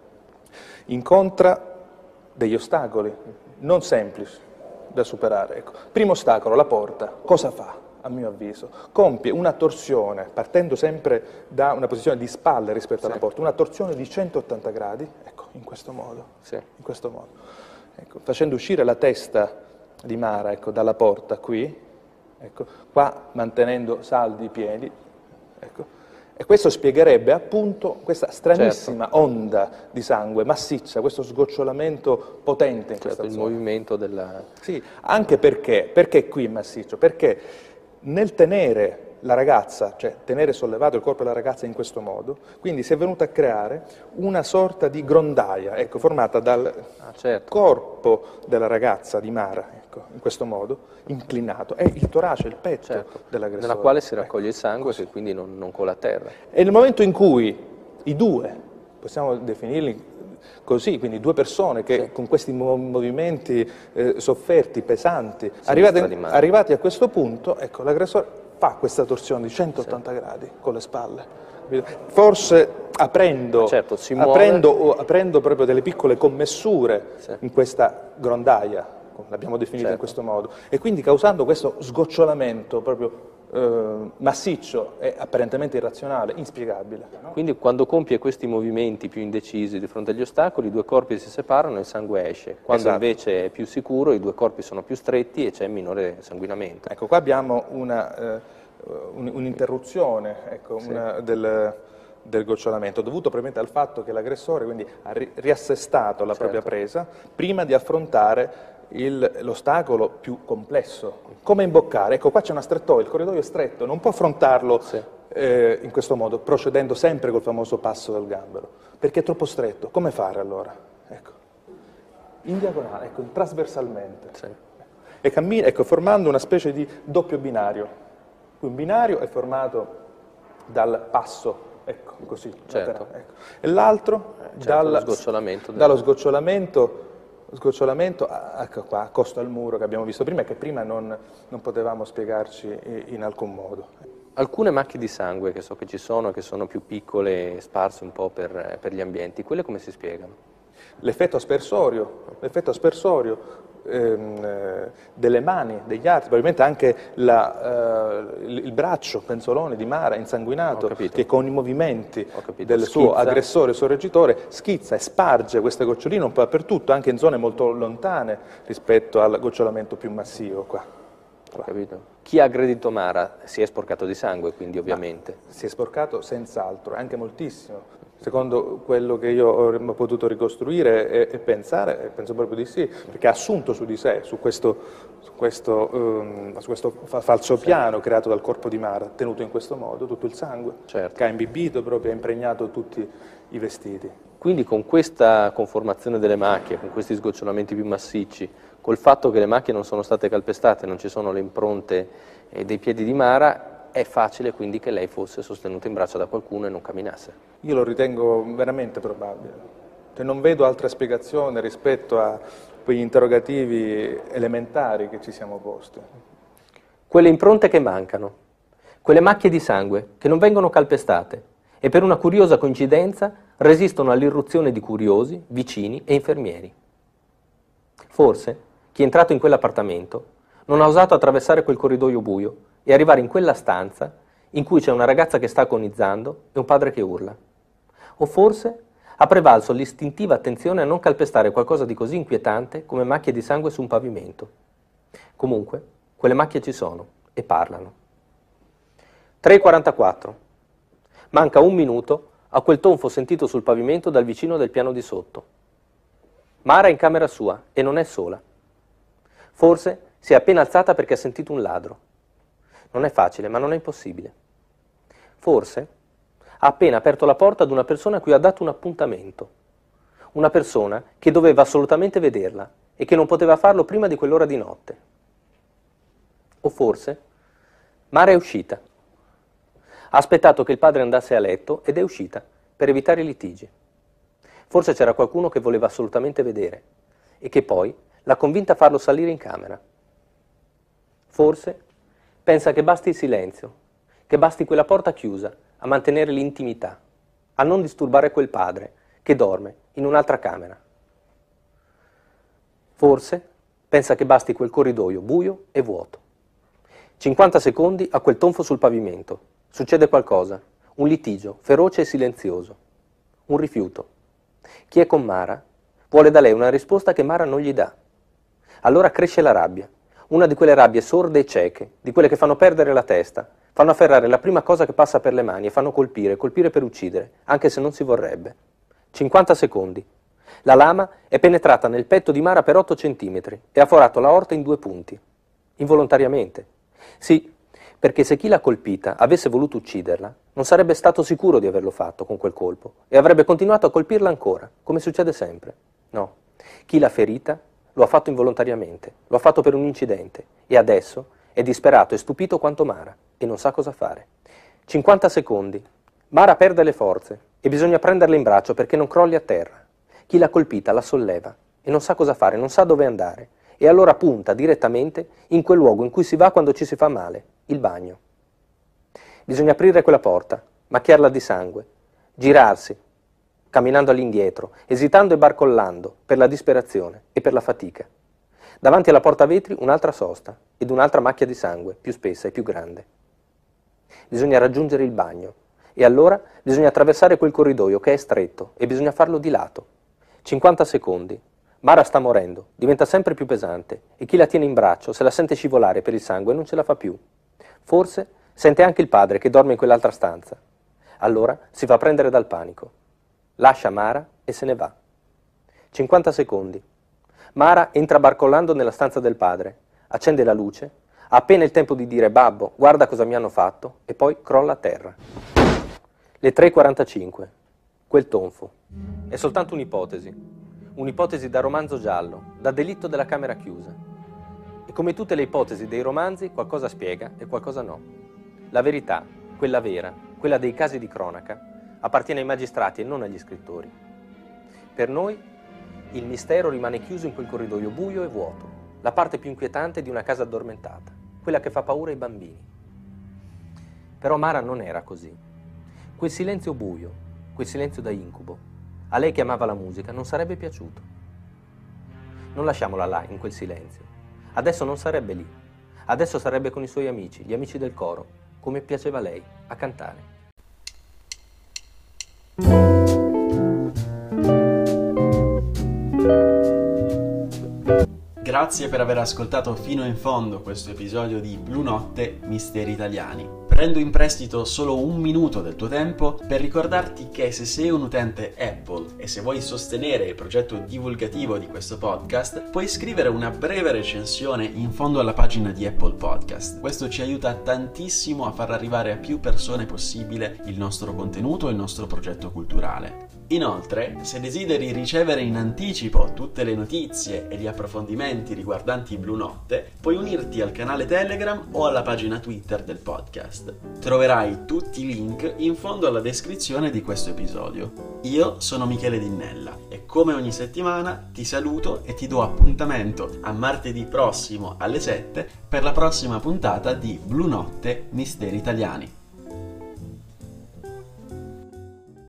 incontra degli ostacoli non semplici da superare. Ecco. Primo ostacolo, la porta. Cosa fa? A mio avviso, compie una torsione, partendo sempre da una posizione di spalle rispetto alla Sì. porta, una torsione di centottanta gradi, ecco, in questo modo, Sì. in questo modo, ecco, facendo uscire la testa di Mara, ecco, dalla porta qui, ecco, qua mantenendo saldi i piedi, ecco, e questo spiegherebbe appunto questa stranissima Certo. onda di sangue massiccia, questo sgocciolamento potente in Certo, questa il zona. movimento della... Sì, anche perché, perché qui è massiccio? Perché nel tenere la ragazza, cioè tenere sollevato il corpo della ragazza in questo modo, quindi si è venuta a creare una sorta di grondaia, ecco, formata dal Ah, certo. corpo della ragazza, di Mara, ecco, in questo modo, inclinato, e il torace, il petto Certo. dell'aggressore. Nella quale si Ecco. raccoglie il sangue che quindi non, non cola a terra. E nel momento in cui i due, possiamo definirli così, quindi due persone che Sì. con questi mo- movimenti eh, sofferti, pesanti, Sinistra arrivati, di mano. arrivati a questo punto, ecco, l'aggressore fa questa torsione di centottanta gradi con le spalle. Forse aprendo, Certo, si muove. aprendo, o aprendo proprio delle piccole commessure Sì. in questa grondaia, l'abbiamo definita in Certo. questo modo, e quindi causando questo sgocciolamento proprio eh, massiccio e apparentemente irrazionale, inspiegabile. no? Quindi quando compie questi movimenti più indecisi di fronte agli ostacoli, i due corpi si separano e il sangue esce. Quando Esatto. invece è più sicuro, i due corpi sono più stretti e c'è minore sanguinamento. Ecco, qua abbiamo una, eh, un- un'interruzione ecco, Sì. una del, del gocciolamento, dovuto probabilmente al fatto che l'aggressore quindi ha ri- riassestato la propria Certo. presa prima di affrontare il- l'ostacolo più complesso. Come imboccare? Ecco, qua c'è una strettoia, il corridoio è stretto, non può affrontarlo Sì. eh, in questo modo, procedendo sempre col famoso passo del gambero, perché è troppo stretto. Come fare allora? Ecco. In diagonale, ecco, trasversalmente. Sì. E cammina, ecco, formando una specie di doppio binario. Un binario è formato dal passo, ecco, così, Certo. laterale, ecco. E l'altro certo, dal- lo sgocciolamento del- dallo sgocciolamento, sgocciolamento a, ecco qua, accosto al muro che abbiamo visto prima e che prima non, non potevamo spiegarci i- in alcun modo. Alcune macchie di sangue che so che ci sono, che sono più piccole e sparse un po' per, per gli ambienti, quelle come si spiegano? L'effetto aspersorio, l'effetto aspersorio ehm, eh, delle mani, degli arti, probabilmente anche la, eh, il, il braccio penzolone di Mara Ho insanguinato, capito. che con i movimenti Ho capito. del suo Schizza. aggressore sorreggitore schizza e sparge queste goccioline un po' dappertutto, anche in zone molto lontane rispetto al gocciolamento più massivo qua. Ho capito. Chi ha aggredito Mara si è sporcato di sangue, quindi ovviamente. Si è sporcato senz'altro, anche moltissimo. Secondo quello che io ho potuto ricostruire e, e pensare, penso proprio di sì, perché ha assunto su di sé, su questo, su questo, ehm, su questo fa- falsopiano creato dal corpo di Mara, tenuto in questo modo, tutto il sangue, Certo. che ha imbibito proprio, ha impregnato tutti i vestiti. Quindi con questa conformazione delle macchie, con questi sgocciolamenti più massicci, col fatto che le macchie non sono state calpestate, non ci sono le impronte eh, dei piedi di Mara, è facile quindi che lei fosse sostenuta in braccio da qualcuno e non camminasse. Io lo ritengo veramente probabile. Cioè, non vedo altra spiegazione rispetto a quegli interrogativi elementari che ci siamo posti. Quelle impronte che mancano, quelle macchie di sangue che non vengono calpestate e per una curiosa coincidenza resistono all'irruzione di curiosi, vicini e infermieri. Forse chi è entrato in quell'appartamento non ha osato attraversare quel corridoio buio e arrivare in quella stanza in cui c'è una ragazza che sta agonizzando e un padre che urla. O forse ha prevalso l'istintiva attenzione a non calpestare qualcosa di così inquietante come macchie di sangue su un pavimento. Comunque, quelle macchie ci sono e parlano. tre e quarantaquattro. Manca un minuto a quel tonfo sentito sul pavimento dal vicino del piano di sotto. Mara è in camera sua e non è sola. Forse si è appena alzata perché ha sentito un ladro. Non è facile, ma non è impossibile. Forse ha appena aperto la porta ad una persona a cui ha dato un appuntamento. Una persona che doveva assolutamente vederla e che non poteva farlo prima di quell'ora di notte. O forse Mara è uscita. Ha aspettato che il padre andasse a letto ed è uscita per evitare i litigi. Forse c'era qualcuno che voleva assolutamente vedere e che poi l'ha convinta a farlo salire in camera. Forse pensa che basti il silenzio, che basti quella porta chiusa a mantenere l'intimità, a non disturbare quel padre che dorme in un'altra camera. Forse pensa che basti quel corridoio buio e vuoto. cinquanta secondi a quel tonfo sul pavimento. Succede qualcosa, un litigio feroce e silenzioso, un rifiuto. Chi è con Mara vuole da lei una risposta che Mara non gli dà. Allora cresce la rabbia, una di quelle rabbie sorde e cieche, di quelle che fanno perdere la testa, fanno afferrare la prima cosa che passa per le mani e fanno colpire, colpire per uccidere, anche se non si vorrebbe. cinquanta secondi. La lama è penetrata nel petto di Mara per otto centimetri e ha forato l'aorta in due punti. Involontariamente. Sì, perché se chi l'ha colpita avesse voluto ucciderla, non sarebbe stato sicuro di averlo fatto con quel colpo e avrebbe continuato a colpirla ancora, come succede sempre. No, chi l'ha ferita lo ha fatto involontariamente, lo ha fatto per un incidente e adesso è disperato e stupito quanto Mara e non sa cosa fare. cinquanta secondi. Mara perde le forze e bisogna prenderla in braccio perché non crolli a terra. Chi l'ha colpita la solleva e non sa cosa fare, non sa dove andare e allora punta direttamente in quel luogo in cui si va quando ci si fa male, il bagno. Bisogna aprire quella porta, macchiarla di sangue, girarsi, camminando all'indietro, esitando e barcollando per la disperazione e per la fatica. Davanti alla porta a vetri un'altra sosta ed un'altra macchia di sangue, più spessa e più grande. Bisogna raggiungere il bagno e allora bisogna attraversare quel corridoio che è stretto e bisogna farlo di lato. cinquanta secondi. Mara sta morendo, diventa sempre più pesante e chi la tiene in braccio se la sente scivolare per il sangue non ce la fa più. Forse sente anche il padre che dorme in quell'altra stanza. Allora si fa prendere dal panico. Lascia Mara e se ne va. cinquanta secondi. Mara entra barcollando nella stanza del padre, accende la luce, ha appena il tempo di dire «Babbo, guarda cosa mi hanno fatto» e poi crolla a terra. Le tre e quarantacinque. Quel tonfo. È soltanto un'ipotesi. Un'ipotesi da romanzo giallo, da delitto della camera chiusa. E come tutte le ipotesi dei romanzi, qualcosa spiega e qualcosa no. La verità, quella vera, quella dei casi di cronaca, appartiene ai magistrati e non agli scrittori. Per noi, il mistero rimane chiuso in quel corridoio buio e vuoto, la parte più inquietante di una casa addormentata, quella che fa paura ai bambini. Però Mara non era così. Quel silenzio buio, quel silenzio da incubo, a lei che amava la musica non sarebbe piaciuto. Non lasciamola là, in quel silenzio. Adesso non sarebbe lì. Adesso sarebbe con i suoi amici, gli amici del coro, come piaceva a lei, a cantare. Grazie per aver ascoltato fino in fondo questo episodio di Blu Notte Misteri Italiani. Prendo in prestito solo un minuto del tuo tempo per ricordarti che se sei un utente Apple e se vuoi sostenere il progetto divulgativo di questo podcast, puoi scrivere una breve recensione in fondo alla pagina di Apple Podcast. Questo ci aiuta tantissimo a far arrivare a più persone possibile il nostro contenuto e il nostro progetto culturale. Inoltre, se desideri ricevere in anticipo tutte le notizie e gli approfondimenti riguardanti Blu Notte, puoi unirti al canale Telegram o alla pagina Twitter del podcast. Troverai tutti i link in fondo alla descrizione di questo episodio. Io sono Michele Dinnella e come ogni settimana ti saluto e ti do appuntamento a martedì prossimo alle sette per la prossima puntata di Blu Notte Misteri Italiani.